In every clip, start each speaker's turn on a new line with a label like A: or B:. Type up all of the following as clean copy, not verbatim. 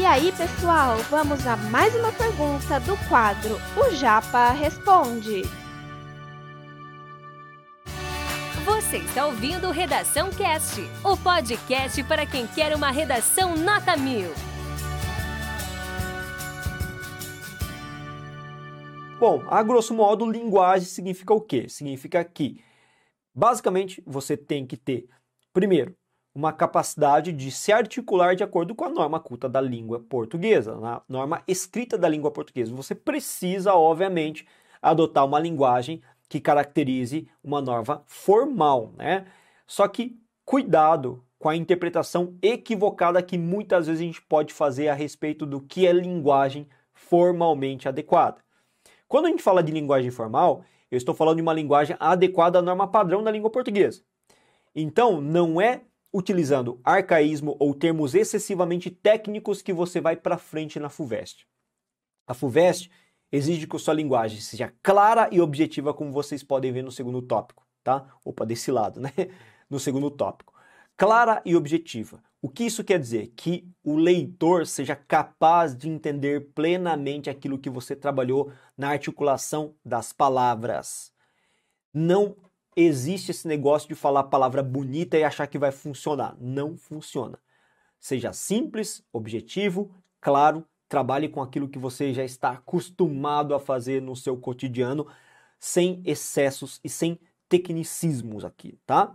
A: aí, pessoal, vamos a mais uma pergunta do quadro O Japa Responde.
B: Você está ouvindo o Redação Cast, o podcast para quem quer uma redação nota 1000.
C: Bom, a grosso modo, linguagem significa o quê? Significa que, basicamente, você tem que ter, primeiro, uma capacidade de se articular de acordo com a norma culta da língua portuguesa, a norma escrita da língua portuguesa. Você precisa, obviamente, adotar uma linguagem que caracterize uma norma formal, né? Só que cuidado com a interpretação equivocada que muitas vezes a gente pode fazer a respeito do que é linguagem formalmente adequada. Quando a gente fala de linguagem formal, eu estou falando de uma linguagem adequada à norma padrão da língua portuguesa. Então, não é utilizando arcaísmo ou termos excessivamente técnicos que você vai para frente na FUVEST. A FUVEST exige que a sua linguagem seja clara e objetiva, como vocês podem ver no segundo tópico, tá? Opa, desse lado, né? No segundo tópico. Clara e objetiva. O que isso quer dizer? Que o leitor seja capaz de entender plenamente aquilo que você trabalhou na articulação das palavras. Não existe esse negócio de falar a palavra bonita e achar que vai funcionar. Não funciona. Seja simples, objetivo, claro, trabalhe com aquilo que você já está acostumado a fazer no seu cotidiano, sem excessos e sem tecnicismos aqui, tá?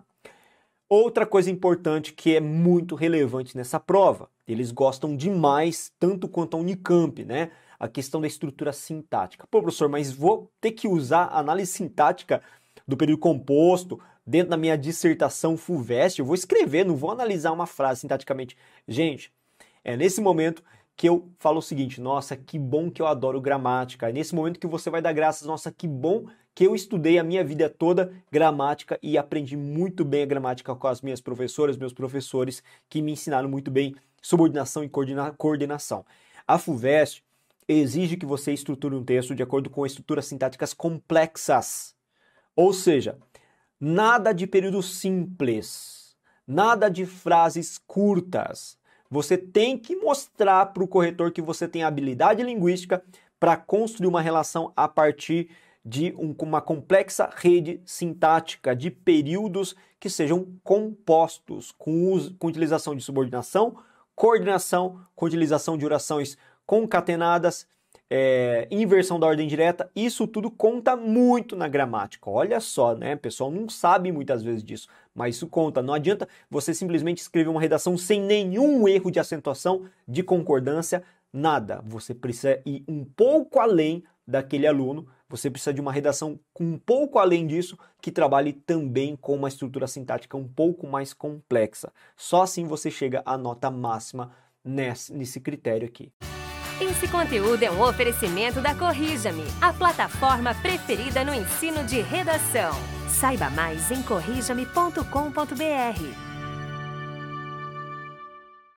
C: Outra coisa importante que é muito relevante nessa prova, eles gostam demais, tanto quanto a Unicamp, né? A questão da estrutura sintática. Pô, professor, mas vou ter que usar análise sintática do período composto dentro da minha dissertação FUVEST? Eu vou escrever, não vou analisar uma frase sintaticamente. Gente, é nesse momento que eu falo o seguinte: nossa, que bom que eu adoro gramática. É nesse momento que você vai dar graças, nossa, que bom que eu estudei a minha vida toda gramática e aprendi muito bem a gramática com as minhas professoras, meus professores, que me ensinaram muito bem subordinação e coordenação. A FUVEST exige que você estruture um texto de acordo com estruturas sintáticas complexas. Ou seja, nada de período simples, nada de frases curtas. Você tem que mostrar para o corretor que você tem habilidade linguística para construir uma relação a partir de uma complexa rede sintática de períodos que sejam compostos, com utilização de subordinação, coordenação, com utilização de orações concatenadas, inversão da ordem direta. Isso tudo conta muito na gramática. Olha só, né? O pessoal não sabe muitas vezes disso, mas isso conta. Não adianta você simplesmente escrever uma redação sem nenhum erro de acentuação, de concordância, nada. Você precisa ir um pouco além daquele aluno, você precisa de uma redação um pouco além disso, que trabalhe também com uma estrutura sintática um pouco mais complexa. Só assim você chega à nota máxima nesse critério aqui.
B: Esse conteúdo é um oferecimento da Corrija-me, a plataforma preferida no ensino de redação. Saiba mais em corrijame.com.br.